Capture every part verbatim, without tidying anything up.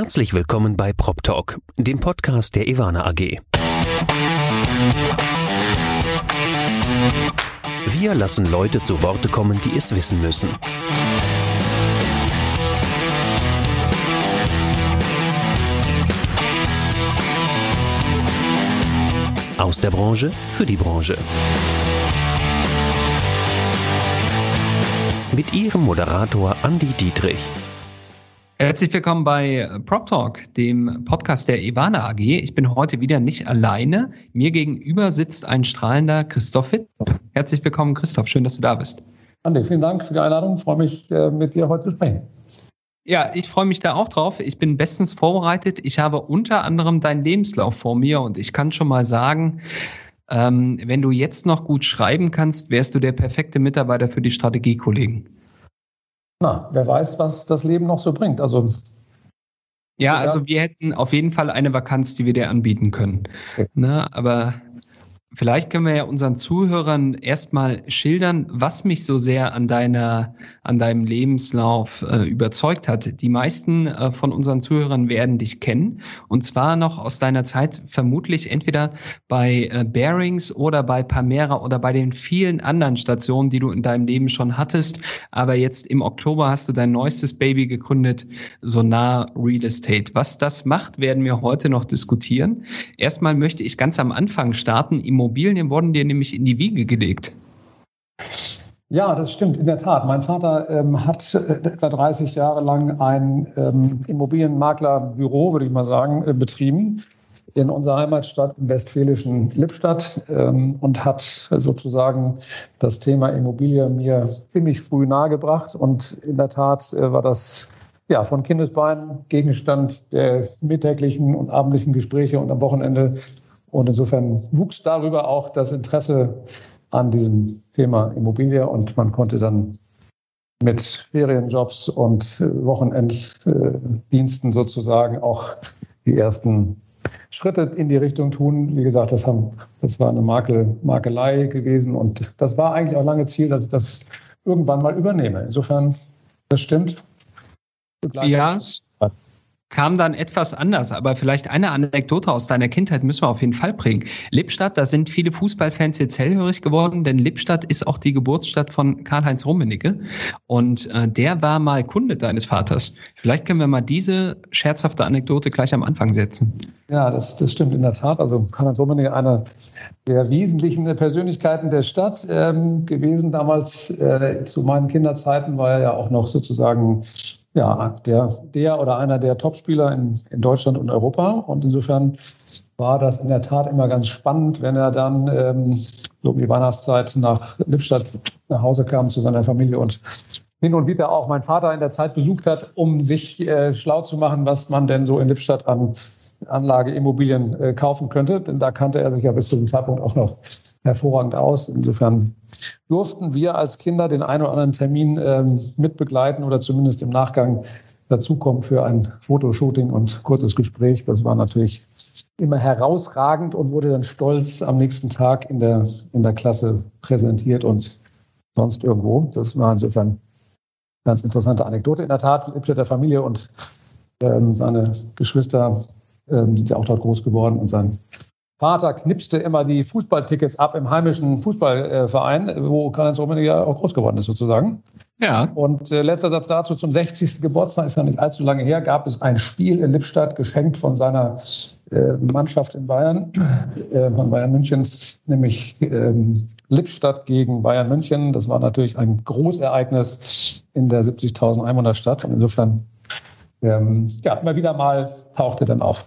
Herzlich willkommen bei PropTalk, dem Podcast der Ewana A G. Wir lassen Leute zu Worte kommen, die es wissen müssen. Aus der Branche für die Branche. Mit Ihrem Moderator Andi Dietrich. Herzlich willkommen bei PropTalk, dem Podcast der Ewana A G. Ich bin heute wieder nicht alleine. Mir gegenüber sitzt ein strahlender Christoph Witt. Herzlich willkommen, Christoph. Schön, dass du da bist. Andi, vielen Dank für die Einladung. Ich freue mich, mit dir heute zu sprechen. Ja, ich freue mich da auch drauf. Ich bin bestens vorbereitet. Ich habe unter anderem deinen Lebenslauf vor mir und ich kann schon mal sagen, ähm, wenn du jetzt noch gut schreiben kannst, wärst du der perfekte Mitarbeiter für die Strategiekollegen. Na, wer weiß, was das Leben noch so bringt. Also ja, also wir hätten auf jeden Fall eine Vakanz, die wir dir anbieten können. Okay. Ne, aber vielleicht können wir ja unseren Zuhörern erstmal schildern, was mich so sehr an deiner, an deinem Lebenslauf äh, überzeugt hat. Die meisten äh, von unseren Zuhörern werden dich kennen, und zwar noch aus deiner Zeit vermutlich entweder bei äh, Barings oder bei Permira oder bei den vielen anderen Stationen, die du in deinem Leben schon hattest. Aber jetzt im Oktober hast du dein neuestes Baby gegründet, Sonar Real Estate. Was das macht, werden wir heute noch diskutieren. Erstmal möchte ich ganz am Anfang starten. Immobilien wurden dir nämlich in die Wiege gelegt. Ja, das stimmt, in der Tat. Mein Vater ähm, hat äh, etwa dreißig Jahre lang ein ähm, Immobilienmaklerbüro, würde ich mal sagen, äh, betrieben in unserer Heimatstadt im westfälischen Lippstadt ähm, und hat sozusagen das Thema Immobilie mir ziemlich früh nahegebracht. Und in der Tat äh, war das ja von Kindesbeinen Gegenstand der mittäglichen und abendlichen Gespräche und am Wochenende. Und insofern wuchs darüber auch das Interesse an diesem Thema Immobilie und man konnte dann mit Ferienjobs und Wochenenddiensten sozusagen auch die ersten Schritte in die Richtung tun. Wie gesagt, das, haben, das war eine Makel, Makelei gewesen und das war eigentlich auch lange Ziel, dass ich das irgendwann mal übernehme. Insofern, das stimmt. Ja, kam dann etwas anders, aber vielleicht eine Anekdote aus deiner Kindheit müssen wir auf jeden Fall bringen. Lippstadt, da sind viele Fußballfans jetzt hellhörig geworden, denn Lippstadt ist auch die Geburtsstadt von Karl-Heinz Rummenigge und äh, der war mal Kunde deines Vaters. Vielleicht können wir mal diese scherzhafte Anekdote gleich am Anfang setzen. Ja, das, das stimmt in der Tat. Also Karl-Heinz Rummenigge, einer der wesentlichen Persönlichkeiten der Stadt ähm, gewesen. Damals äh, zu meinen Kinderzeiten war er ja auch noch sozusagen ja, der, der oder einer der Topspieler in, in Deutschland und Europa. Und insofern war das in der Tat immer ganz spannend, wenn er dann ähm, so um die Weihnachtszeit nach Lippstadt nach Hause kam zu seiner Familie und hin und wieder auch meinen Vater in der Zeit besucht hat, um sich äh, schlau zu machen, was man denn so in Lippstadt an Anlageimmobilien äh, kaufen könnte. Denn da kannte er sich ja bis zu dem Zeitpunkt auch noch hervorragend aus. Insofern durften wir als Kinder den einen oder anderen Termin ähm, mitbegleiten oder zumindest im Nachgang dazukommen für ein Fotoshooting und kurzes Gespräch. Das war natürlich immer herausragend und wurde dann stolz am nächsten Tag in der, in der Klasse präsentiert und sonst irgendwo. Das war insofern eine ganz interessante Anekdote. In der Tat, Lippstädter Familie und ähm, seine Geschwister ähm, sind ja auch dort groß geworden und sein Vater knipste immer die Fußballtickets ab im heimischen Fußballverein, wo Karl-Heinz Rummenigge ja auch groß geworden ist sozusagen. Ja. Und äh, letzter Satz dazu, zum sechzigsten Geburtstag, ist ja nicht allzu lange her, gab es ein Spiel in Lippstadt, geschenkt von seiner äh, Mannschaft in Bayern, äh, von Bayern München, nämlich ähm, Lippstadt gegen Bayern München. Das war natürlich ein Großereignis in der siebzigtausend Einwohnerstadt. Und insofern, ähm, ja, immer wieder mal tauchte dann auf.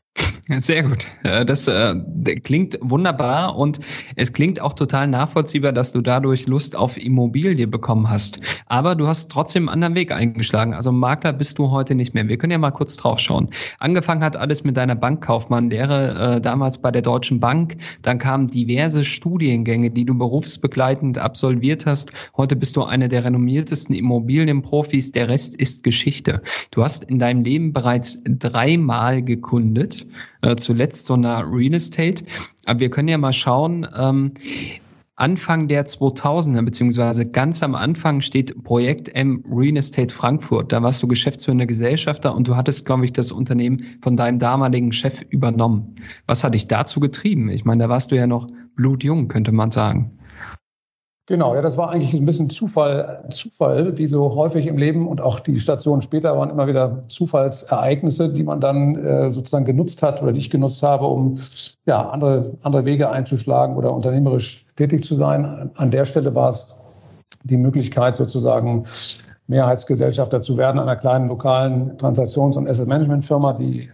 Sehr gut. Das äh, klingt wunderbar und es klingt auch total nachvollziehbar, dass du dadurch Lust auf Immobilie bekommen hast. Aber du hast trotzdem einen anderen Weg eingeschlagen. Also Makler bist du heute nicht mehr. Wir können ja mal kurz drauf schauen. Angefangen hat alles mit deiner Bankkaufmannlehre, äh, damals bei der Deutschen Bank. Dann kamen diverse Studiengänge, die du berufsbegleitend absolviert hast. Heute bist du einer der renommiertesten Immobilienprofis. Der Rest ist Geschichte. Du hast in deinem Leben bereits dreimal gegründet. Äh, zuletzt Sonar Real Estate. Aber wir können ja mal schauen, ähm, Anfang der zweitausender, beziehungsweise ganz am Anfang steht Projekt M Real Estate Frankfurt. Da warst du geschäftsführender Gesellschafter und du hattest, glaube ich, das Unternehmen von deinem damaligen Chef übernommen. Was hat dich dazu getrieben? Ich meine, da warst du ja noch blutjung, könnte man sagen. Genau, ja, das war eigentlich ein bisschen Zufall, Zufall, wie so häufig im Leben, und auch die Stationen später waren immer wieder Zufallsereignisse, die man dann äh, sozusagen genutzt hat oder die ich genutzt habe, um ja, andere, andere Wege einzuschlagen oder unternehmerisch tätig zu sein. An der Stelle war es die Möglichkeit, sozusagen Mehrheitsgesellschafter zu werden einer kleinen lokalen Transaktions- und Asset-Management-Firma, die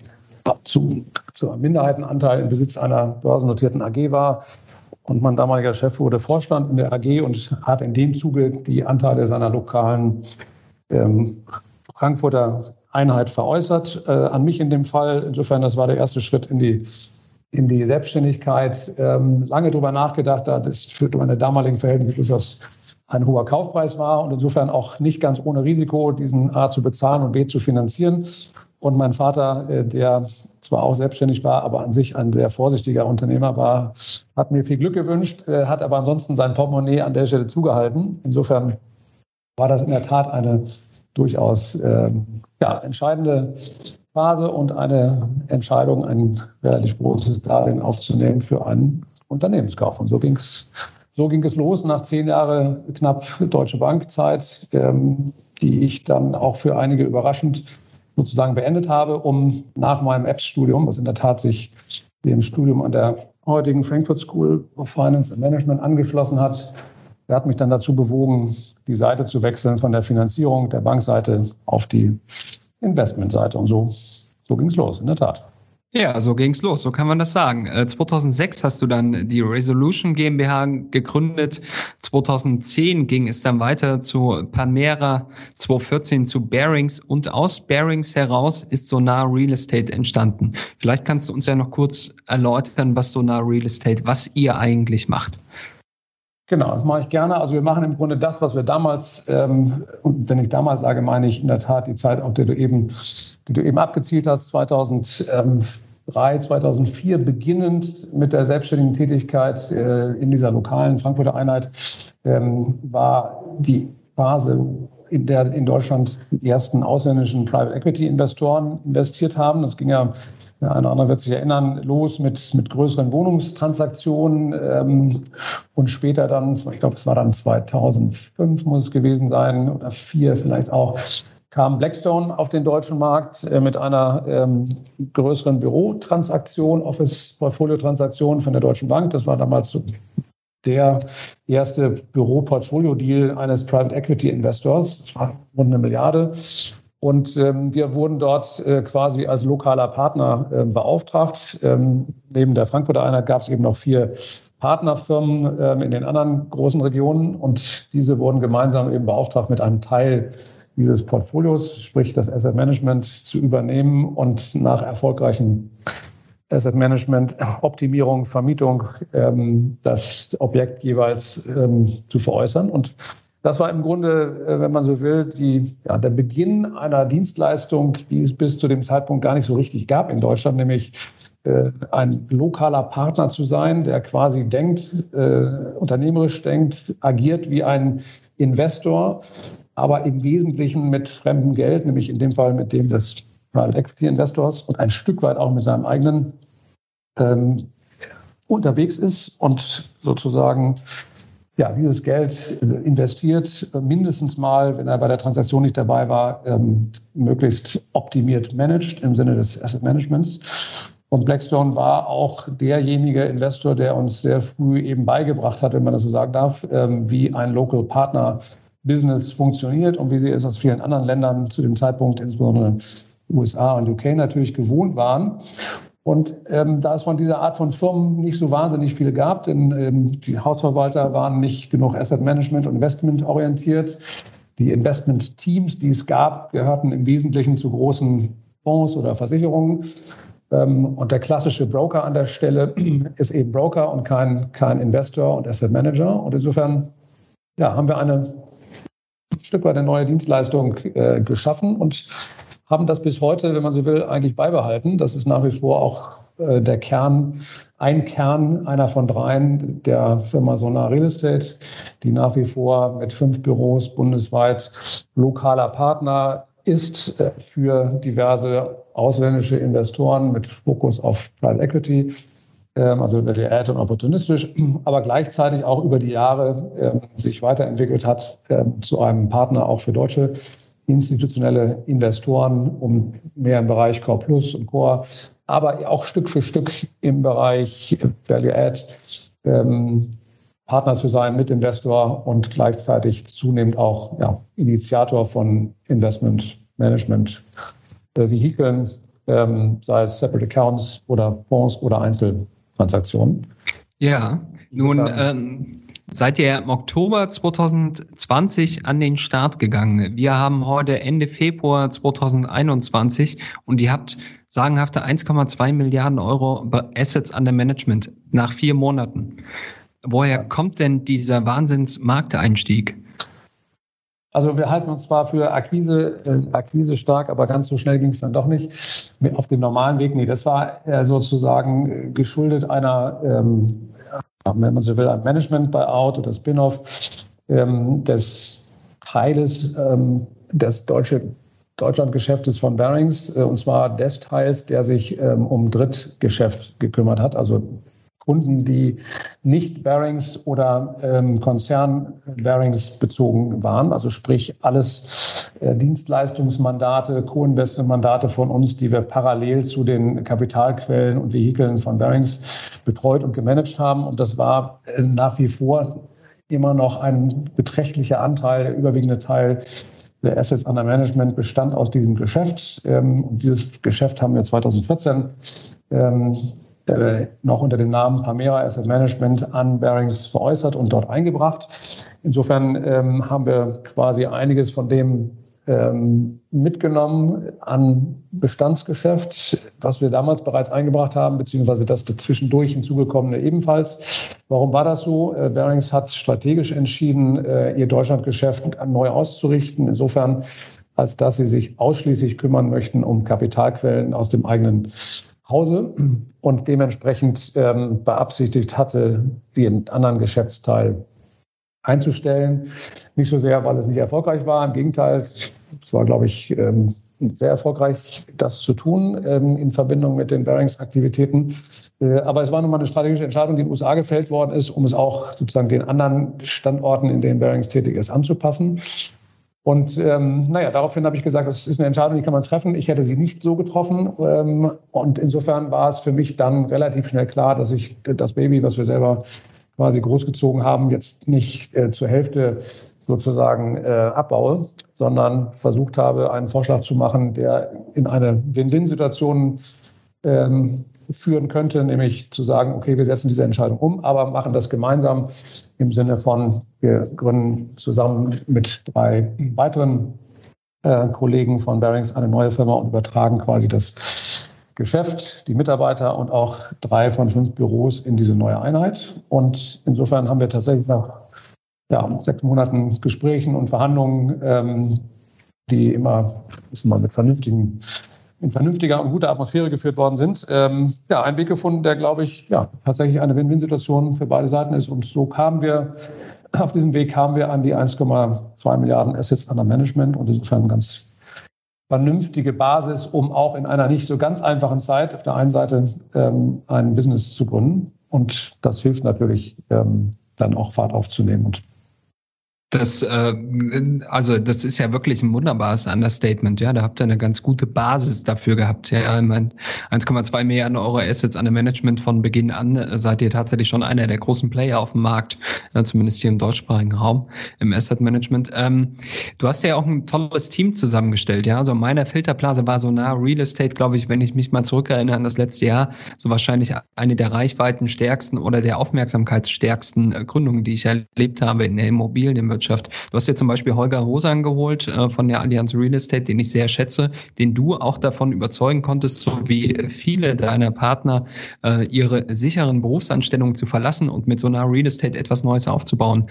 zu, zu einem Minderheitenanteil im Besitz einer börsennotierten A G war. Und mein damaliger Chef wurde Vorstand in der A G und hat in dem Zuge die Anteile seiner lokalen ähm, Frankfurter Einheit veräußert, äh, an mich in dem Fall. Insofern, das war der erste Schritt in die, in die Selbstständigkeit. Ähm, lange drüber nachgedacht, da das für meine damaligen Verhältnisse durchaus ein hoher Kaufpreis war und insofern auch nicht ganz ohne Risiko, diesen A zu bezahlen und B zu finanzieren. Und mein Vater, äh, der zwar auch selbstständig war, aber an sich ein sehr vorsichtiger Unternehmer war, hat mir viel Glück gewünscht, äh, hat aber ansonsten sein Portemonnaie an der Stelle zugehalten. Insofern war das in der Tat eine durchaus ähm, ja, entscheidende Phase und eine Entscheidung, ein relativ großes Darlehen aufzunehmen für einen Unternehmenskauf. Und so ging's, so ging es los nach zehn Jahren knapp Deutsche Bank-Zeit, ähm, die ich dann auch für einige überraschend sozusagen beendet habe, um nach meinem E B S-Studium, was in der Tat sich dem Studium an der heutigen Frankfurt School of Finance and Management angeschlossen hat. Er hat mich dann dazu bewogen, die Seite zu wechseln von der Finanzierung der Bankseite auf die Investmentseite. Und so, so ging es los, in der Tat. Ja, so ging's los, so kann man das sagen. zweitausendsechs hast du dann die Resolution GmbH gegründet. zweitausendzehn ging es dann weiter zu Panmera, zweitausendvierzehn zu Barings und aus Barings heraus ist Sonar Real Estate entstanden. Vielleicht kannst du uns ja noch kurz erläutern, was Sonar Real Estate, was ihr eigentlich macht. Genau, das mache ich gerne. Also wir machen im Grunde das, was wir damals, ähm, und wenn ich damals sage, meine ich in der Tat die Zeit, auf die du eben, die du eben abgezielt hast, zweitausenddrei, zweitausendvier, beginnend mit der selbstständigen Tätigkeit äh, in dieser lokalen Frankfurter Einheit, ähm, war die Phase, in der in Deutschland die ersten ausländischen Private Equity Investoren investiert haben. Das ging ja, der eine oder andere wird sich erinnern, los mit, mit größeren Wohnungstransaktionen ähm, und später dann, ich glaube, es war dann zweitausendfünf muss es gewesen sein oder vier vielleicht auch, kam Blackstone auf den deutschen Markt äh, mit einer ähm, größeren Bürotransaktion, Office-Portfolio-Transaktion von der Deutschen Bank. Das war damals so der erste Büro-Portfolio-Deal eines Private Equity Investors. Das war rund eine Milliarde. Und ähm, wir wurden dort äh, quasi als lokaler Partner äh, beauftragt. Ähm, neben der Frankfurter Einheit gab es eben noch vier Partnerfirmen ähm, in den anderen großen Regionen. Und diese wurden gemeinsam eben beauftragt, mit einem Teil dieses Portfolios, sprich das Asset Management, zu übernehmen und nach erfolgreichen Asset Management, Optimierung, Vermietung, ähm, das Objekt jeweils ähm, zu veräußern. Und das war im Grunde, wenn man so will, die, ja, der Beginn einer Dienstleistung, die es bis zu dem Zeitpunkt gar nicht so richtig gab in Deutschland, nämlich äh, ein lokaler Partner zu sein, der quasi denkt, äh, unternehmerisch denkt, agiert wie ein Investor, aber im Wesentlichen mit fremdem Geld, nämlich in dem Fall mit dem des Private Equity Investors und ein Stück weit auch mit seinem eigenen ähm, unterwegs ist und sozusagen ja, dieses Geld investiert, mindestens mal, wenn er bei der Transaktion nicht dabei war, ähm, möglichst optimiert managt im Sinne des Asset Managements. Und Blackstone war auch derjenige Investor, der uns sehr früh eben beigebracht hat, wenn man das so sagen darf, ähm, wie ein Local Partner Business funktioniert und wie sie es aus vielen anderen Ländern zu dem Zeitpunkt, insbesondere U S A und U K, natürlich gewohnt waren. Und ähm, da es von dieser Art von Firmen nicht so wahnsinnig viele gab, denn ähm, die Hausverwalter waren nicht genug Asset Management und Investment orientiert. Die Investment-Teams, die es gab, gehörten im Wesentlichen zu großen Fonds oder Versicherungen. Ähm, und der klassische Broker an der Stelle ist eben Broker und kein, kein Investor und Asset Manager. Und insofern ja, haben wir eine ein Stück weit eine neue Dienstleistung äh, geschaffen und haben das bis heute, wenn man so will, eigentlich beibehalten. Das ist nach wie vor auch äh, der Kern ein Kern, einer von dreien der Firma Sonar Real Estate, die nach wie vor mit fünf Büros bundesweit lokaler Partner ist für diverse ausländische Investoren mit Fokus auf Private Equity, also über die Ad und opportunistisch, aber gleichzeitig auch über die Jahre sich weiterentwickelt hat zu einem Partner auch für deutsche institutionelle Investoren, um mehr im Bereich Core Plus und Core, aber auch Stück für Stück im Bereich Value Add ähm, Partner zu sein, Mitinvestor und gleichzeitig zunehmend auch ja, Initiator von Investment Management äh, Vehikeln, ähm, sei es Separate Accounts oder Fonds oder Einzeltransaktionen. Ja, nun ähm, seid ihr im Oktober zwanzig zwanzig an den Start gegangen. Wir haben heute Ende Februar zwanzig einundzwanzig und ihr habt sagenhafte eins Komma zwei Milliarden Euro Assets under Management nach vier Monaten. Woher kommt denn dieser Wahnsinns-Markteinstieg? Also wir halten uns zwar für Akquise, äh, Akquise stark, aber ganz so schnell ging es dann doch nicht auf dem normalen Weg. Nee, das war äh, sozusagen geschuldet einer, ähm, wenn man so will, ein Management-Buyout oder Spin-off ähm, des Teiles ähm, des deutsche Deutschlandgeschäftes von Barings, äh, und zwar des Teils, der sich ähm, um Drittgeschäft gekümmert hat, also Kunden, die nicht Barings oder ähm, Konzern Barings bezogen waren, also sprich alles äh, Dienstleistungsmandate, Co-Investmentmandate von uns, die wir parallel zu den Kapitalquellen und Vehikeln von Barings betreut und gemanagt haben. Und das war äh, nach wie vor immer noch ein beträchtlicher Anteil, der überwiegende Teil der Assets under Management bestand aus diesem Geschäft. Ähm, und dieses Geschäft haben wir zwanzig vierzehn ähm, Äh, noch unter dem Namen Permira Asset Management an Barings veräußert und dort eingebracht. Insofern ähm, haben wir quasi einiges von dem ähm, mitgenommen an Bestandsgeschäft, was wir damals bereits eingebracht haben, beziehungsweise das dazwischendurch hinzugekommene ebenfalls. Warum war das so? Äh, Barings hat strategisch entschieden, äh, ihr Deutschlandgeschäft neu auszurichten, insofern, als dass sie sich ausschließlich kümmern möchten um Kapitalquellen aus dem eigenen Hause und dementsprechend ähm, beabsichtigt hatte, den anderen Geschäftsteil einzustellen. Nicht so sehr, weil es nicht erfolgreich war. Im Gegenteil, es war, glaube ich, ähm, sehr erfolgreich, das zu tun ähm, in Verbindung mit den Barings-Aktivitäten. Äh, aber es war nun mal eine strategische Entscheidung, die in den U S A gefällt worden ist, um es auch sozusagen den anderen Standorten, in denen Barings tätig ist, anzupassen. Und ähm, naja, daraufhin habe ich gesagt, das ist eine Entscheidung, die kann man treffen. Ich hätte sie nicht so getroffen. Ähm, und insofern war es für mich dann relativ schnell klar, dass ich das Baby, was wir selber quasi großgezogen haben, jetzt nicht äh, zur Hälfte sozusagen äh, abbaue, sondern versucht habe, einen Vorschlag zu machen, der in eine Win-Win-Situation ähm, führen könnte, nämlich zu sagen, okay, wir setzen diese Entscheidung um, aber machen das gemeinsam im Sinne von, wir gründen zusammen mit drei weiteren äh, Kollegen von Barings eine neue Firma und übertragen quasi das Geschäft, die Mitarbeiter und auch drei von fünf Büros in diese neue Einheit. Und insofern haben wir tatsächlich nach ja, sechs Monaten Gesprächen und Verhandlungen, ähm, die immer wissen wir, mit vernünftigen in vernünftiger und guter Atmosphäre geführt worden sind, ähm, ja, einen Weg gefunden, der, glaube ich, ja, tatsächlich eine Win-Win-Situation für beide Seiten ist. Und so kamen wir, auf diesem Weg kamen wir an die eins Komma zwei Milliarden Assets under Management und insofern eine ganz vernünftige Basis, um auch in einer nicht so ganz einfachen Zeit auf der einen Seite ähm, ein Business zu gründen. Und das hilft natürlich, ähm, dann auch Fahrt aufzunehmen und Das, äh, also das ist ja wirklich ein wunderbares Understatement, ja. Da habt ihr eine ganz gute Basis dafür gehabt. Ja, ich meine, eins Komma zwei Milliarden Euro Assets an Management von Beginn an seid ihr tatsächlich schon einer der großen Player auf dem Markt, ja, zumindest hier im deutschsprachigen Raum im Asset Management. Ähm, du hast ja auch ein tolles Team zusammengestellt, ja. Also meine Filterblase war Sonar Real Estate, glaube ich, wenn ich mich mal zurückerinnere an das letzte Jahr, so wahrscheinlich eine der reichweitenstärksten oder der aufmerksamkeitsstärksten Gründungen, die ich erlebt habe in der Immobilienwirtschaft. Du hast ja zum Beispiel Holger Hosan geholt äh, von der Allianz Real Estate, den ich sehr schätze, den du auch davon überzeugen konntest, so wie viele deiner Partner, äh, ihre sicheren Berufsanstellungen zu verlassen und mit so einer Real Estate etwas Neues aufzubauen.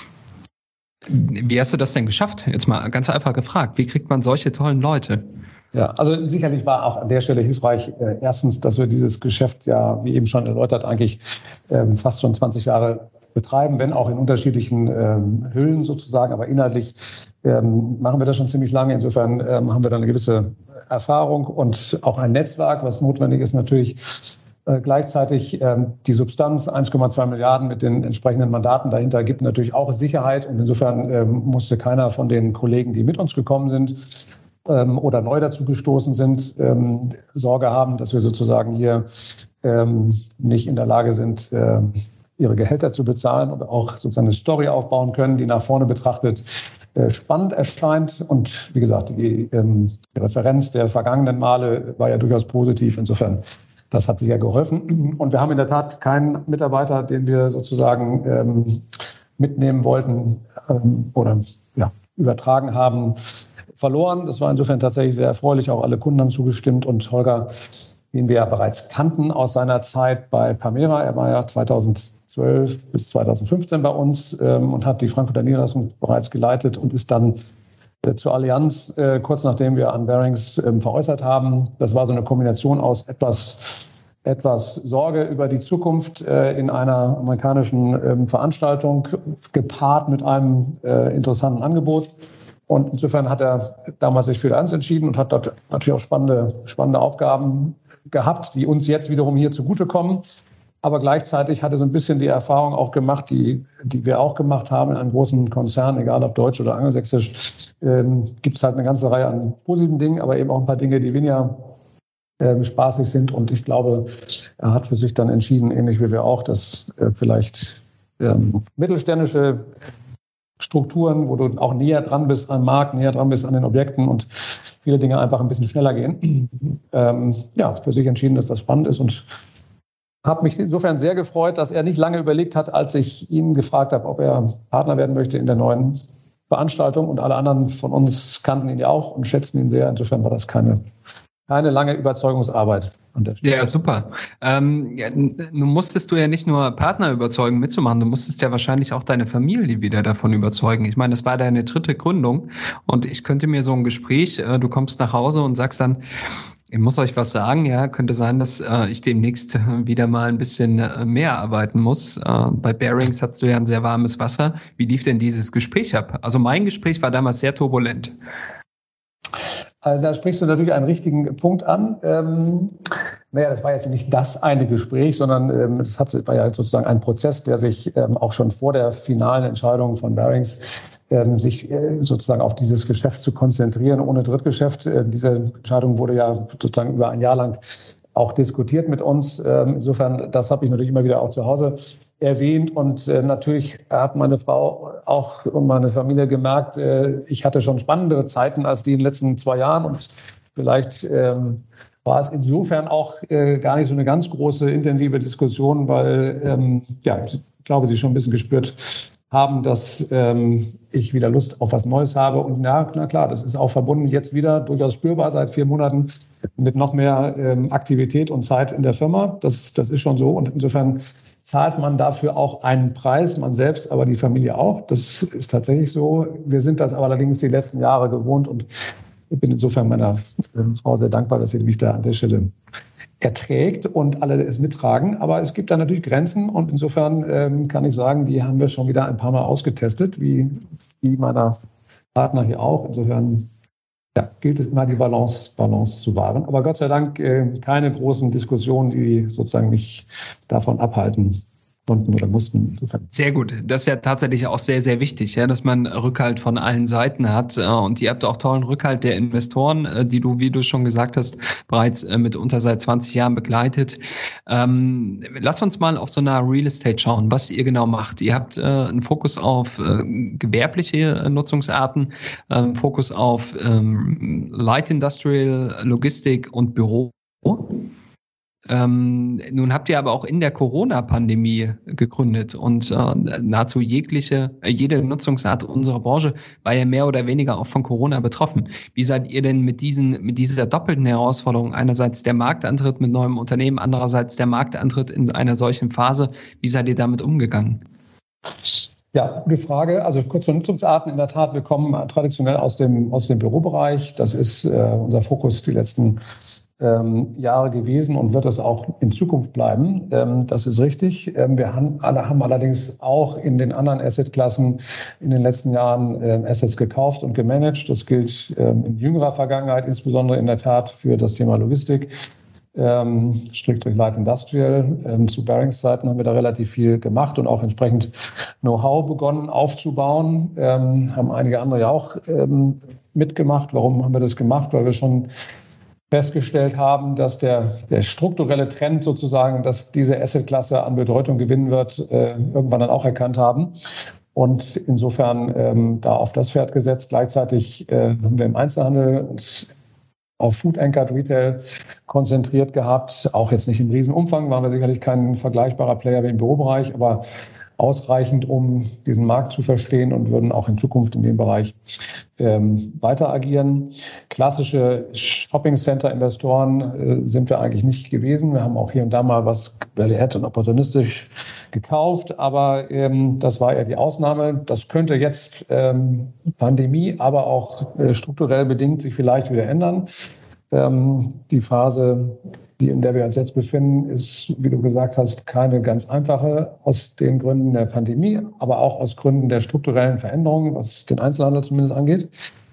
Wie hast du das denn geschafft? Jetzt mal ganz einfach gefragt. Wie kriegt man solche tollen Leute? Ja, also sicherlich war auch an der Stelle hilfreich, äh, erstens, dass wir dieses Geschäft ja, wie eben schon erläutert, eigentlich ähm, fast schon zwanzig Jahre betreiben, wenn auch in unterschiedlichen ähm, Hüllen sozusagen, aber inhaltlich ähm, machen wir das schon ziemlich lange. Insofern ähm, haben wir da eine gewisse Erfahrung und auch ein Netzwerk, was notwendig ist natürlich. Äh, gleichzeitig ähm, die Substanz, eins Komma zwei Milliarden mit den entsprechenden Mandaten dahinter, gibt natürlich auch Sicherheit. Und insofern ähm, musste keiner von den Kollegen, die mit uns gekommen sind ähm, oder neu dazugestoßen sind, ähm, Sorge haben, dass wir sozusagen hier ähm, nicht in der Lage sind, äh, ihre Gehälter zu bezahlen und auch sozusagen eine Story aufbauen können, die nach vorne betrachtet äh, spannend erscheint. Und wie gesagt, die, ähm, die Referenz der vergangenen Male war ja durchaus positiv. Insofern, das hat sich ja geholfen. Und wir haben in der Tat keinen Mitarbeiter, den wir sozusagen ähm, mitnehmen wollten ähm, oder ja, übertragen haben, verloren. Das war insofern tatsächlich sehr erfreulich. Auch alle Kunden haben zugestimmt. Und Holger, den wir ja bereits kannten aus seiner Zeit bei Permira, er war ja zweitausendzwölf bis zweitausendfünfzehn bei uns ähm, und hat die Frankfurter Niederlassung bereits geleitet und ist dann äh, zur Allianz, äh, kurz nachdem wir an Barings ähm, veräußert haben. Das war so eine Kombination aus etwas, etwas Sorge über die Zukunft äh, in einer amerikanischen ähm, Veranstaltung, gepaart mit einem äh, interessanten Angebot. Und insofern hat er damals sich für Allianz entschieden und hat dort natürlich auch spannende, spannende Aufgaben gehabt, die uns jetzt wiederum hier zugutekommen. Aber gleichzeitig hat er so ein bisschen die Erfahrung auch gemacht, die, die wir auch gemacht haben in einem großen Konzern, egal ob deutsch oder angelsächsisch, ähm, gibt es halt eine ganze Reihe an positiven Dingen, aber eben auch ein paar Dinge, die weniger ähm, spaßig sind. Und ich glaube, er hat für sich dann entschieden, ähnlich wie wir auch, dass äh, vielleicht ähm, mittelständische Strukturen, wo du auch näher dran bist am Markt, näher dran bist an den Objekten und viele Dinge einfach ein bisschen schneller gehen. Ähm, ja, für sich entschieden, dass das spannend ist und habe mich insofern sehr gefreut, dass er nicht lange überlegt hat, als ich ihn gefragt habe, ob er Partner werden möchte in der neuen Veranstaltung. Und alle anderen von uns kannten ihn ja auch und schätzten ihn sehr. Insofern war das keine Keine lange Überzeugungsarbeit an der Stelle. Ja, super. Ähm, ja, nun musstest du ja nicht nur Partner überzeugen, mitzumachen, du musstest ja wahrscheinlich auch deine Familie wieder davon überzeugen. Ich meine, das war deine dritte Gründung und ich könnte mir so ein Gespräch, äh, du kommst nach Hause und sagst dann, ich muss euch was sagen, ja, könnte sein, dass äh, ich demnächst wieder mal ein bisschen äh, mehr arbeiten muss. Äh, bei Barings hattest du ja ein sehr warmes Wasser. Wie lief denn dieses Gespräch ab? Also mein Gespräch war damals sehr turbulent. Also da sprichst du natürlich einen richtigen Punkt an. Ähm, naja, das war jetzt nicht das eine Gespräch, sondern ähm, das hat, war ja sozusagen ein Prozess, der sich ähm, auch schon vor der finalen Entscheidung von Barings ähm, sich äh, sozusagen auf dieses Geschäft zu konzentrieren, ohne Drittgeschäft. Äh, diese Entscheidung wurde ja sozusagen über ein Jahr lang auch diskutiert mit uns. Ähm, insofern, das habe ich natürlich immer wieder auch zu Hause erwähnt und äh, natürlich hat meine Frau auch und meine Familie gemerkt, äh, ich hatte schon spannendere Zeiten als die in den letzten zwei Jahren und vielleicht ähm, war es insofern auch äh, gar nicht so eine ganz große intensive Diskussion, weil ähm, ja, ich glaube, sie schon ein bisschen gespürt haben, dass ähm, ich wieder Lust auf was Neues habe und na, na klar, das ist auch verbunden jetzt wieder durchaus spürbar seit vier Monaten mit noch mehr ähm, Aktivität und Zeit in der Firma. Das, das ist schon so und insofern zahlt man dafür auch einen Preis, man selbst, aber die Familie auch. Das ist tatsächlich so. Wir sind das aber allerdings die letzten Jahre gewohnt und ich bin insofern meiner Frau sehr dankbar, dass sie mich da an der Stelle erträgt und alle es mittragen. Aber es gibt da natürlich Grenzen und insofern ähm, kann ich sagen, die haben wir schon wieder ein paar Mal ausgetestet, wie die meiner Partner hier auch. Insofern ja, gilt es immer, die Balance, Balance zu wahren. Aber Gott sei Dank äh, keine großen Diskussionen, die sozusagen mich davon abhalten konnten oder mussten. Insofern. Sehr gut. Das ist ja tatsächlich auch sehr, sehr wichtig, ja, dass man Rückhalt von allen Seiten hat. Und ihr habt auch tollen Rückhalt der Investoren, die du, wie du schon gesagt hast, bereits mitunter seit zwanzig Jahren begleitet. Ähm, lass uns mal auf so einer Real Estate schauen, was ihr genau macht. Ihr habt äh, einen Fokus auf äh, gewerbliche Nutzungsarten, äh, Fokus auf ähm, Light Industrial, Logistik und Büro. Ähm, nun habt ihr aber auch in der Corona-Pandemie gegründet und äh, nahezu jegliche, äh, jede Nutzungsart unserer Branche war ja mehr oder weniger auch von Corona betroffen. Wie seid ihr denn mit diesen, mit dieser doppelten Herausforderung, einerseits der Marktantritt mit neuem Unternehmen, andererseits der Marktantritt in einer solchen Phase, wie seid ihr damit umgegangen? Ja, gute Frage. Also kurz zur Nutzungsarten. In der Tat, wir kommen traditionell aus dem, aus dem Bürobereich. Das ist äh, unser Fokus die letzten ähm, Jahre gewesen und wird es auch in Zukunft bleiben. Ähm, das ist richtig. Ähm, wir haben, alle, haben allerdings auch in den anderen Assetklassen in den letzten Jahren äh, Assets gekauft und gemanagt. Das gilt ähm, in jüngerer Vergangenheit, insbesondere in der Tat für das Thema Logistik. Ähm, strikt durch Light Industrial. Ähm, zu Barings Zeiten haben wir da relativ viel gemacht und auch entsprechend Know-how begonnen aufzubauen. Ähm, haben einige andere ja auch ähm, mitgemacht. Warum haben wir das gemacht? Weil wir schon festgestellt haben, dass der, der strukturelle Trend sozusagen, dass diese Assetklasse an Bedeutung gewinnen wird, äh, irgendwann dann auch erkannt haben. Und insofern ähm, da auf das Pferd gesetzt. Gleichzeitig äh, haben wir im Einzelhandel uns auf Food-Anchored Retail konzentriert gehabt. Auch jetzt nicht im Riesenumfang, waren wir sicherlich kein vergleichbarer Player wie im Bürobereich, aber ausreichend, um diesen Markt zu verstehen und würden auch in Zukunft in dem Bereich ähm, weiter agieren. Klassische Shopping-Center-Investoren äh, sind wir eigentlich nicht gewesen. Wir haben auch hier und da mal was Value-Add und opportunistisch gekauft, aber ähm, das war eher die Ausnahme. Das könnte jetzt ähm, Pandemie, aber auch äh, strukturell bedingt sich vielleicht wieder ändern. Ähm, die Phase, die, in der wir uns jetzt befinden, ist, wie du gesagt hast, keine ganz einfache aus den Gründen der Pandemie, aber auch aus Gründen der strukturellen Veränderungen, was den Einzelhandel zumindest angeht.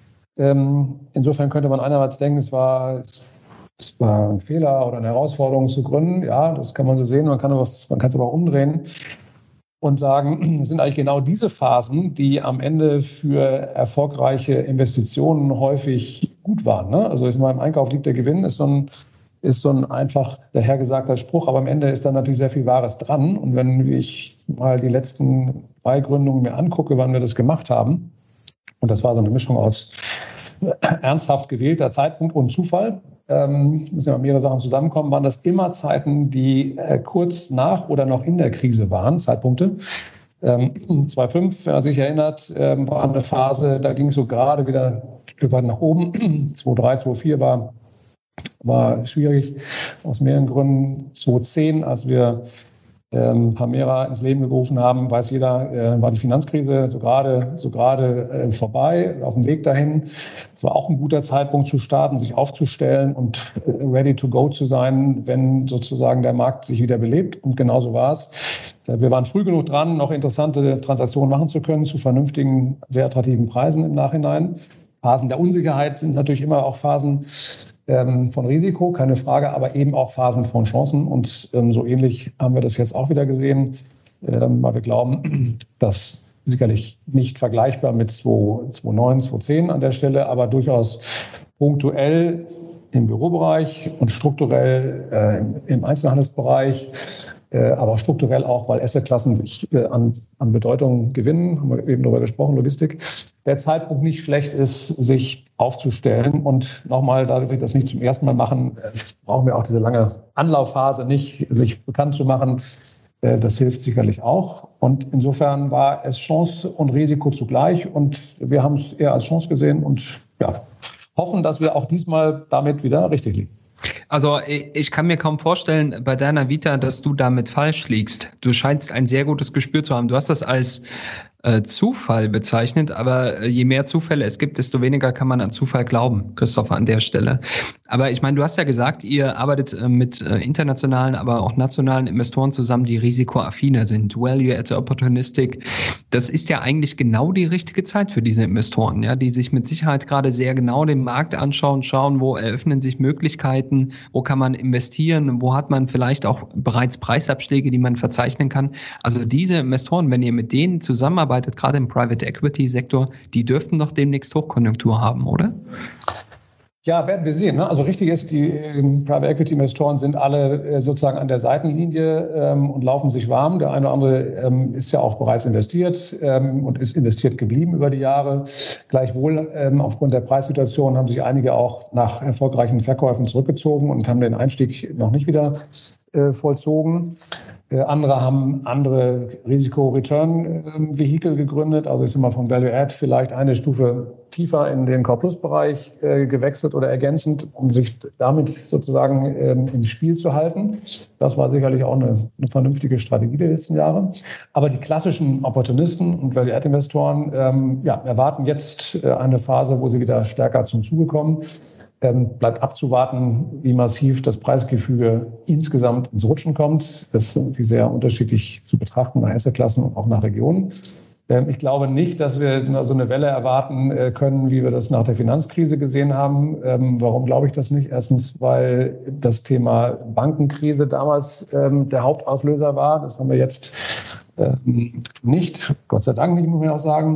Ähm, insofern könnte man einerseits denken, es war, es, es war ein Fehler oder eine Herausforderung zu gründen. Ja, das kann man so sehen. Man kann es man kann es aber auch umdrehen und sagen, es sind eigentlich genau diese Phasen, die am Ende für erfolgreiche Investitionen häufig gut waren. Ne? Also ist mal im Einkauf liegt der Gewinn, ist so ein ist so ein einfach dahergesagter Spruch, aber am Ende ist da natürlich sehr viel Wahres dran. Und wenn ich mal die letzten drei Gründungen mir angucke, wann wir das gemacht haben, und das war so eine Mischung aus ernsthaft gewählter Zeitpunkt und Zufall, ähm, müssen ja mehrere Sachen zusammenkommen, waren das immer Zeiten, die äh, kurz nach oder noch in der Krise waren, Zeitpunkte. Ähm, zweitausendfünf, wer sich erinnert, ähm, war eine Phase, da ging es so gerade wieder ein Stück weit nach oben. zweitausenddrei, zweitausendvier war War schwierig aus mehreren Gründen. zweitausendzehn, als wir ähm, Permira ins Leben gerufen haben, weiß jeder, äh, war die Finanzkrise so gerade so gerade äh, vorbei, auf dem Weg dahin. Es war auch ein guter Zeitpunkt zu starten, sich aufzustellen und äh, ready to go zu sein, wenn sozusagen der Markt sich wieder belebt. Und genauso war es. Äh, wir waren früh genug dran, noch interessante Transaktionen machen zu können, zu vernünftigen, sehr attraktiven Preisen im Nachhinein. Phasen der Unsicherheit sind natürlich immer auch Phasen ähm, von Risiko, keine Frage, aber eben auch Phasen von Chancen. Und ähm, so ähnlich haben wir das jetzt auch wieder gesehen, ähm, weil wir glauben, dass sicherlich nicht vergleichbar mit zweitausendneun, zweitausendzehn an der Stelle, aber durchaus punktuell im Bürobereich und strukturell äh, im, im Einzelhandelsbereich, äh, aber auch strukturell auch, weil Assetklassen sich äh, an, an Bedeutung gewinnen, haben wir eben darüber gesprochen, Logistik, der Zeitpunkt nicht schlecht ist, sich aufzustellen. Und nochmal, dadurch, dass wir das nicht zum ersten Mal machen, brauchen wir auch diese lange Anlaufphase nicht, sich bekannt zu machen. Das hilft sicherlich auch. Und insofern war es Chance und Risiko zugleich. Und wir haben es eher als Chance gesehen und ja, hoffen, dass wir auch diesmal damit wieder richtig liegen. Also ich kann mir kaum vorstellen bei deiner Vita, dass du damit falsch liegst. Du scheinst ein sehr gutes Gespür zu haben. Du hast das als äh, Zufall bezeichnet, aber je mehr Zufälle es gibt, desto weniger kann man an Zufall glauben, Christopher, an der Stelle. Aber ich meine, du hast ja gesagt, ihr arbeitet äh, mit äh, internationalen, aber auch nationalen Investoren zusammen, die risikoaffiner sind. Value-Add, Opportunistic. Das ist ja eigentlich genau die richtige Zeit für diese Investoren, ja, die sich mit Sicherheit gerade sehr genau den Markt anschauen, schauen, wo eröffnen sich Möglichkeiten, wo kann man investieren, wo hat man vielleicht auch bereits Preisabschläge, die man verzeichnen kann. Also diese Investoren, wenn ihr mit denen zusammenarbeitet, gerade im Private Equity Sektor, die dürften doch demnächst Hochkonjunktur haben, oder? Ja, werden wir sehen. Ne? Also richtig ist, die ähm, Private Equity Investoren sind alle äh, sozusagen an der Seitenlinie ähm, und laufen sich warm. Der eine oder andere ähm, ist ja auch bereits investiert ähm, und ist investiert geblieben über die Jahre. Gleichwohl ähm, aufgrund der Preissituation haben sich einige auch nach erfolgreichen Verkäufen zurückgezogen und haben den Einstieg noch nicht wieder äh, vollzogen. Andere haben andere Risiko-Return-Vehikel gegründet. Also ist immer vom Value-Add vielleicht eine Stufe tiefer in den Core-Plus-Bereich gewechselt oder ergänzend, um sich damit sozusagen ins Spiel zu halten. Das war sicherlich auch eine, eine vernünftige Strategie der letzten Jahre. Aber die klassischen Opportunisten und Value-Add-Investoren ähm, ja, erwarten jetzt eine Phase, wo sie wieder stärker zum Zuge kommen. Ähm, bleibt abzuwarten, wie massiv das Preisgefüge insgesamt ins Rutschen kommt. Das ist irgendwie sehr unterschiedlich zu betrachten nach Assetklassen und auch nach Regionen. Ähm, ich glaube nicht, dass wir nur so eine Welle erwarten äh, können, wie wir das nach der Finanzkrise gesehen haben. Ähm, warum glaube ich das nicht? Erstens, weil das Thema Bankenkrise damals ähm, der Hauptauslöser war. Das haben wir jetzt ähm, nicht, Gott sei Dank nicht, muss man auch sagen.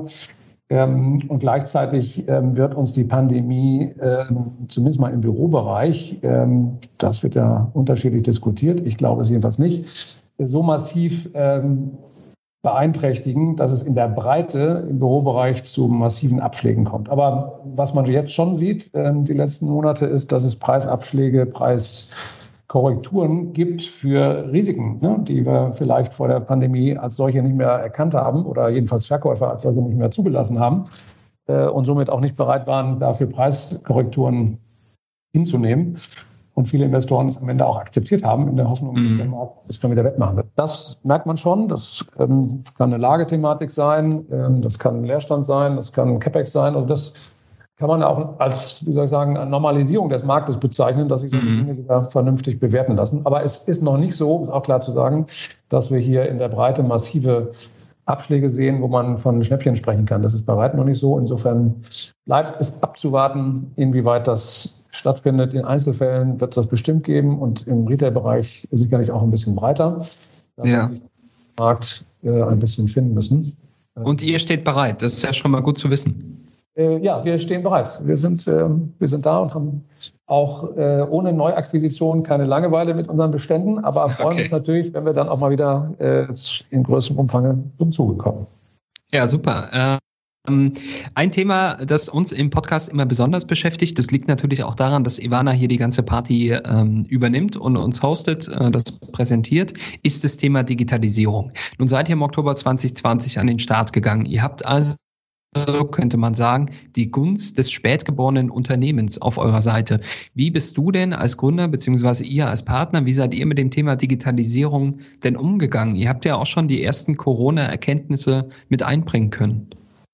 Ähm, und gleichzeitig ähm, wird uns die Pandemie, ähm, zumindest mal im Bürobereich, ähm, das wird ja unterschiedlich diskutiert, ich glaube es jedenfalls nicht, so massiv ähm, beeinträchtigen, dass es in der Breite im Bürobereich zu massiven Abschlägen kommt. Aber was man jetzt schon sieht, ähm, die letzten Monate, ist, dass es Preisabschläge, Preis Korrekturen gibt für Risiken, ne, die wir vielleicht vor der Pandemie als solche nicht mehr erkannt haben oder jedenfalls Verkäufer als solche nicht mehr zugelassen haben äh, und somit auch nicht bereit waren, dafür Preiskorrekturen hinzunehmen. Und viele Investoren es am Ende auch akzeptiert haben, in der Hoffnung, dass der Markt es schon wieder wettmachen wird. Das merkt man schon. Das ähm, kann eine Lagethematik sein, ähm, das kann ein Leerstand sein, das kann ein CapEx sein. Also das kann man auch als, wie soll ich sagen, eine Normalisierung des Marktes bezeichnen, dass sich so mhm. Dinge wieder vernünftig bewerten lassen. Aber es ist noch nicht so, ist auch klar zu sagen, dass wir hier in der Breite massive Abschläge sehen, wo man von Schnäppchen sprechen kann. Das ist bei weitem noch nicht so. Insofern bleibt es abzuwarten, inwieweit das stattfindet. In Einzelfällen wird es das bestimmt geben und im Retail-Bereich sicherlich auch ein bisschen breiter. Da ja. wird sich der Markt äh, ein bisschen finden müssen. Und ihr steht bereit. Das ist ja schon mal gut zu wissen. Ja, wir stehen bereit. Wir sind, äh, wir sind da und haben auch äh, ohne Neuakquisition keine Langeweile mit unseren Beständen, aber freuen okay. uns natürlich, wenn wir dann auch mal wieder äh, in größerem Umfang zum Zuge kommen. Ja, super. Ähm, ein Thema, das uns im Podcast immer besonders beschäftigt, das liegt natürlich auch daran, dass Ivana hier die ganze Party ähm, übernimmt und uns hostet, äh, das präsentiert, ist das Thema Digitalisierung. Nun seid ihr im Oktober zwanzig zwanzig an den Start gegangen. Ihr habt also So könnte man sagen, die Gunst des spätgeborenen Unternehmens auf eurer Seite. Wie bist du denn als Gründer beziehungsweise ihr als Partner, wie seid ihr mit dem Thema Digitalisierung denn umgegangen? Ihr habt ja auch schon die ersten Corona-Erkenntnisse mit einbringen können.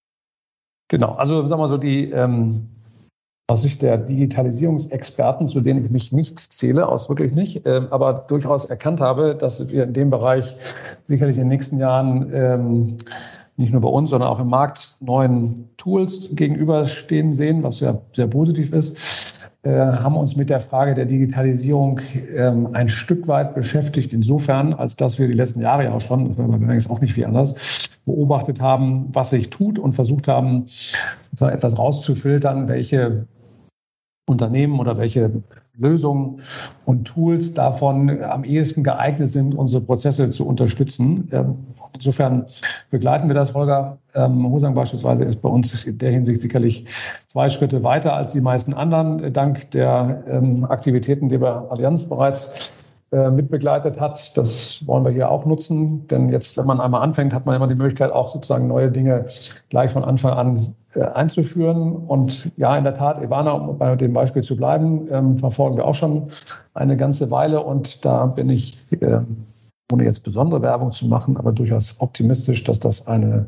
Genau, also sagen wir mal so, die ähm, aus Sicht der Digitalisierungsexperten, zu denen ich mich nicht zähle, ausdrücklich nicht, äh, aber durchaus erkannt habe, dass wir in dem Bereich sicherlich in den nächsten Jahren ähm, nicht nur bei uns, sondern auch im Markt neuen Tools gegenüberstehen sehen, was ja sehr positiv ist, äh, haben uns mit der Frage der Digitalisierung ähm, ein Stück weit beschäftigt, insofern, als dass wir die letzten Jahre ja auch schon, das war übrigens auch nicht viel anders, beobachtet haben, was sich tut und versucht haben, so etwas rauszufiltern, welche Unternehmen oder welche Lösungen und Tools davon am ehesten geeignet sind, unsere Prozesse zu unterstützen. Insofern begleiten wir das. Holger ähm, Hosang beispielsweise ist bei uns in der Hinsicht sicherlich zwei Schritte weiter als die meisten anderen, dank der ähm, Aktivitäten, die wir Allianz bereits äh, mitbegleitet hat. Das wollen wir hier auch nutzen, denn jetzt, wenn man einmal anfängt, hat man immer die Möglichkeit, auch sozusagen neue Dinge gleich von Anfang an äh, einzuführen. Und ja, in der Tat, Ivana, um bei dem Beispiel zu bleiben, ähm, verfolgen wir auch schon eine ganze Weile und da bin ich äh, ohne jetzt besondere Werbung zu machen, aber durchaus optimistisch, dass das eine,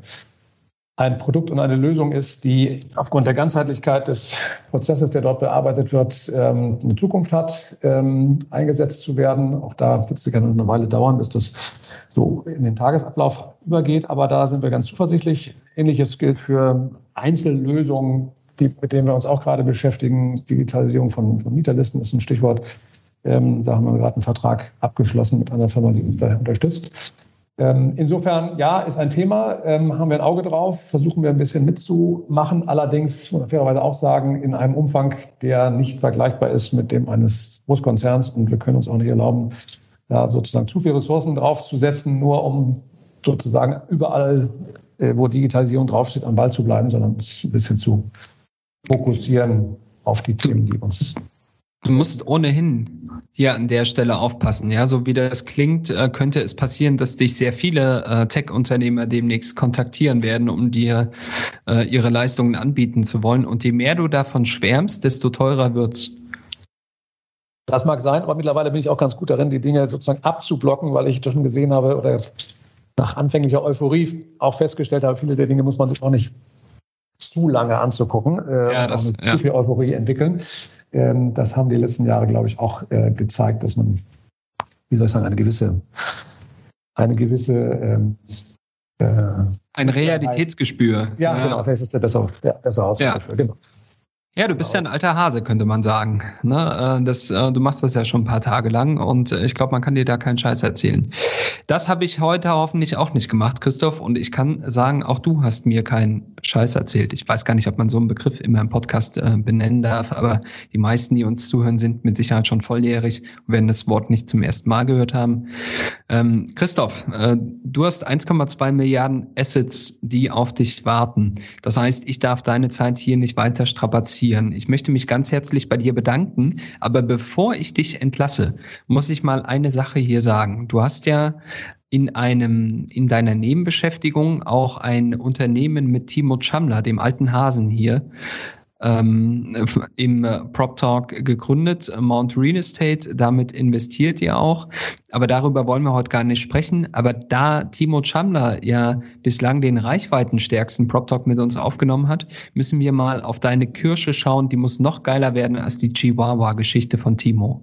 ein Produkt und eine Lösung ist, die aufgrund der Ganzheitlichkeit des Prozesses, der dort bearbeitet wird, ähm, eine Zukunft hat, ähm, eingesetzt zu werden. Auch da wird es sicher noch eine Weile dauern, bis das so in den Tagesablauf übergeht, aber da sind wir ganz zuversichtlich. Ähnliches gilt für Einzellösungen, die, mit denen wir uns auch gerade beschäftigen. Digitalisierung von, von Mieterlisten ist ein Stichwort. Ähm, da haben wir gerade einen Vertrag abgeschlossen mit einer Firma, die uns da unterstützt. Ähm, insofern, ja, ist ein Thema, ähm, haben wir ein Auge drauf, versuchen wir ein bisschen mitzumachen. Allerdings, muss man fairerweise auch sagen, in einem Umfang, der nicht vergleichbar ist mit dem eines Großkonzerns. Und wir können uns auch nicht erlauben, da sozusagen zu viele Ressourcen draufzusetzen, nur um sozusagen überall, äh, wo Digitalisierung draufsteht, am Ball zu bleiben, sondern es ein bisschen zu fokussieren auf die Themen, die uns Du musst ohnehin hier an der Stelle aufpassen. Ja, so wie das klingt, könnte es passieren, dass dich sehr viele äh, Tech-Unternehmer demnächst kontaktieren werden, um dir äh, ihre Leistungen anbieten zu wollen. Und je mehr du davon schwärmst, desto teurer wird's. Das mag sein, aber mittlerweile bin ich auch ganz gut darin, die Dinge sozusagen abzublocken, weil ich schon gesehen habe oder nach anfänglicher Euphorie auch festgestellt habe, viele der Dinge muss man sich auch nicht zu lange anzugucken äh, ja, und das, auch nicht ja. zu viel Euphorie entwickeln. Ähm, das haben die letzten Jahre, glaube ich, auch äh, gezeigt, dass man, wie soll ich sagen, eine gewisse, eine gewisse ähm, äh, ein Realitätsgespür. Ja, ja, genau, vielleicht ist der bessere, ja, bessere Ausdruck ja. dafür, genau. Ja, du bist ja ein alter Hase, könnte man sagen. Ne? Das, du machst das ja schon ein paar Tage lang und ich glaube, man kann dir da keinen Scheiß erzählen. Das habe ich heute hoffentlich auch nicht gemacht, Christoph. Und ich kann sagen, auch du hast mir keinen Scheiß erzählt. Ich weiß gar nicht, ob man so einen Begriff immer im Podcast äh, benennen darf, aber die meisten, die uns zuhören, sind mit Sicherheit schon volljährig und werden das Wort nicht zum ersten Mal gehört haben. Ähm, Christoph, äh, du hast eins Komma zwei Milliarden Assets, die auf dich warten. Das heißt, ich darf deine Zeit hier nicht weiter strapazieren. Ich möchte mich ganz herzlich bei dir bedanken, aber bevor ich dich entlasse, muss ich mal eine Sache hier sagen. Du hast ja in einem, in deiner Nebenbeschäftigung auch ein Unternehmen mit Timo Tschamler, dem alten Hasen hier, ähm, im Prop Talk gegründet, Mount Real Estate, damit investiert ihr auch, aber darüber wollen wir heute gar nicht sprechen, aber da Timo Tschamler ja bislang den reichweitenstärksten Prop Talk mit uns aufgenommen hat, müssen wir mal auf deine Kirsche schauen, die muss noch geiler werden als die Chihuahua-Geschichte von Timo.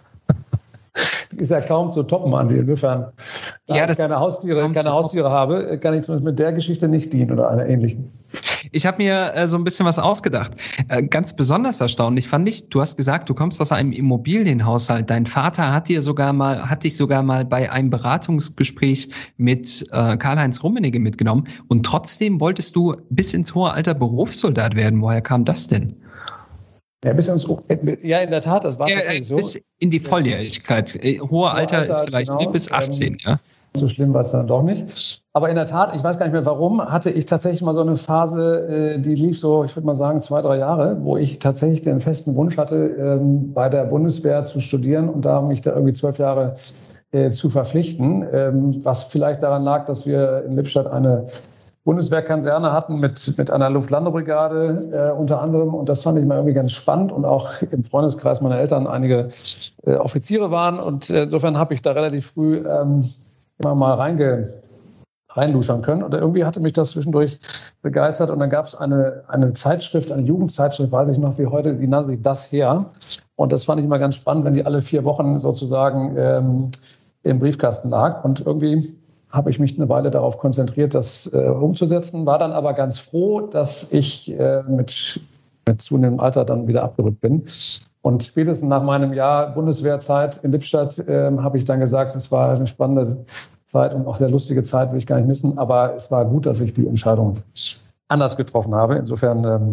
Ist ja kaum zu toppen, Andi. Insofern, da ja, ich keine Haustiere, keine Haustiere habe, kann ich zumindest mit der Geschichte nicht dienen oder einer ähnlichen. Ich habe mir äh, so ein bisschen was ausgedacht. Äh, ganz besonders erstaunlich fand ich, du hast gesagt, du kommst aus einem Immobilienhaushalt. Dein Vater hat dir sogar mal, hat dich sogar mal bei einem Beratungsgespräch mit äh, Karl-Heinz Rummenigge mitgenommen. Und trotzdem wolltest du bis ins hohe Alter Berufssoldat werden. Woher kam das denn? Ja, bis ins, ja, in der Tat, das war ja, tatsächlich so. Bis in die Volljährigkeit. Hohe Hohe Alter, Alter ist vielleicht genau, bis achtzehn, ähm, ja. So schlimm war es dann doch nicht. Aber in der Tat, ich weiß gar nicht mehr warum, hatte ich tatsächlich mal so eine Phase, die lief so, ich würde mal sagen, zwei, drei Jahre, wo ich tatsächlich den festen Wunsch hatte, bei der Bundeswehr zu studieren und da mich da irgendwie zwölf Jahre zu verpflichten. Was vielleicht daran lag, dass wir in Lippstadt eine Bundeswehrkaserne hatten mit, mit einer Luftlandebrigade äh, unter anderem. Und das fand ich mal irgendwie ganz spannend. Und auch im Freundeskreis meiner Eltern einige äh, Offiziere waren. Und äh, insofern habe ich da relativ früh ähm, immer mal reinge, reinluschern können. Und irgendwie hatte mich das zwischendurch begeistert. Und dann gab es eine, eine Zeitschrift, eine Jugendzeitschrift, weiß ich noch wie heute, die nannte sich Das Her. Und das fand ich mal ganz spannend, wenn die alle vier Wochen sozusagen ähm, im Briefkasten lag. Und irgendwie habe ich mich eine Weile darauf konzentriert, das äh, umzusetzen, war dann aber ganz froh, dass ich äh, mit, mit zunehmendem Alter dann wieder abgerückt bin. Und spätestens nach meinem Jahr Bundeswehrzeit in Lippstadt äh, habe ich dann gesagt, es war eine spannende Zeit und auch eine lustige Zeit, will ich gar nicht missen. Aber es war gut, dass ich die Entscheidung anders getroffen habe. Insofern, ähm,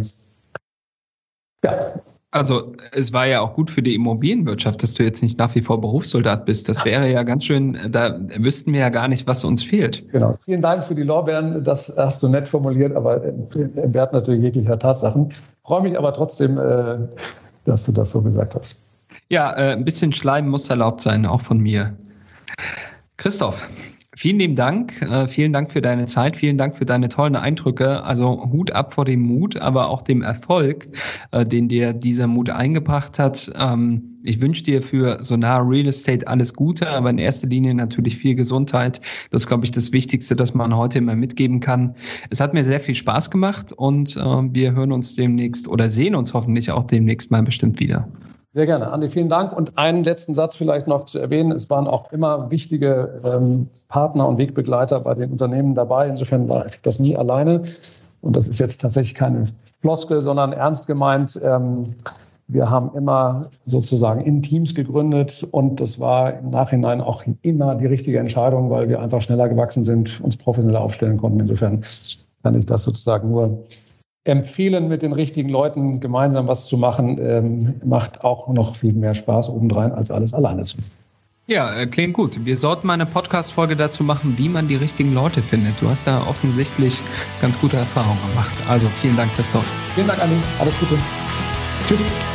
ja. Also es war ja auch gut für die Immobilienwirtschaft, dass du jetzt nicht nach wie vor Berufssoldat bist. Das wäre ja ganz schön, da wüssten wir ja gar nicht, was uns fehlt. Genau. Vielen Dank für die Lorbeeren. Das hast du nett formuliert, aber im Wert natürlich jeglicher Tatsachen. Freue mich aber trotzdem, dass du das so gesagt hast. Ja, ein bisschen Schleim muss erlaubt sein, auch von mir. Christoph, vielen lieben Dank. Äh, vielen Dank für deine Zeit. Vielen Dank für deine tollen Eindrücke. Also Hut ab vor dem Mut, aber auch dem Erfolg, äh, den dir dieser Mut eingebracht hat. Ähm, ich wünsche dir für Sonar Real Estate alles Gute, aber in erster Linie natürlich viel Gesundheit. Das ist, glaube ich, das Wichtigste, das man heute immer mitgeben kann. Es hat mir sehr viel Spaß gemacht und äh, wir hören uns demnächst oder sehen uns hoffentlich auch demnächst mal bestimmt wieder. Sehr gerne, Andi, vielen Dank. Und einen letzten Satz vielleicht noch zu erwähnen. Es waren auch immer wichtige ähm, Partner und Wegbegleiter bei den Unternehmen dabei. Insofern war ich das nie alleine. Und das ist jetzt tatsächlich keine Floskel, sondern ernst gemeint. Ähm, wir haben immer sozusagen in Teams gegründet und das war im Nachhinein auch immer die richtige Entscheidung, weil wir einfach schneller gewachsen sind, uns professioneller aufstellen konnten. Insofern kann ich das sozusagen nur empfehlen, mit den richtigen Leuten gemeinsam was zu machen, ähm, macht auch noch viel mehr Spaß obendrein, als alles alleine zu machen. Ja, äh, klingt gut. Wir sollten mal eine Podcast-Folge dazu machen, wie man die richtigen Leute findet. Du hast da offensichtlich ganz gute Erfahrungen gemacht. Also vielen Dank, Christoph. Vielen Dank, Andi. Alles Gute. Tschüss.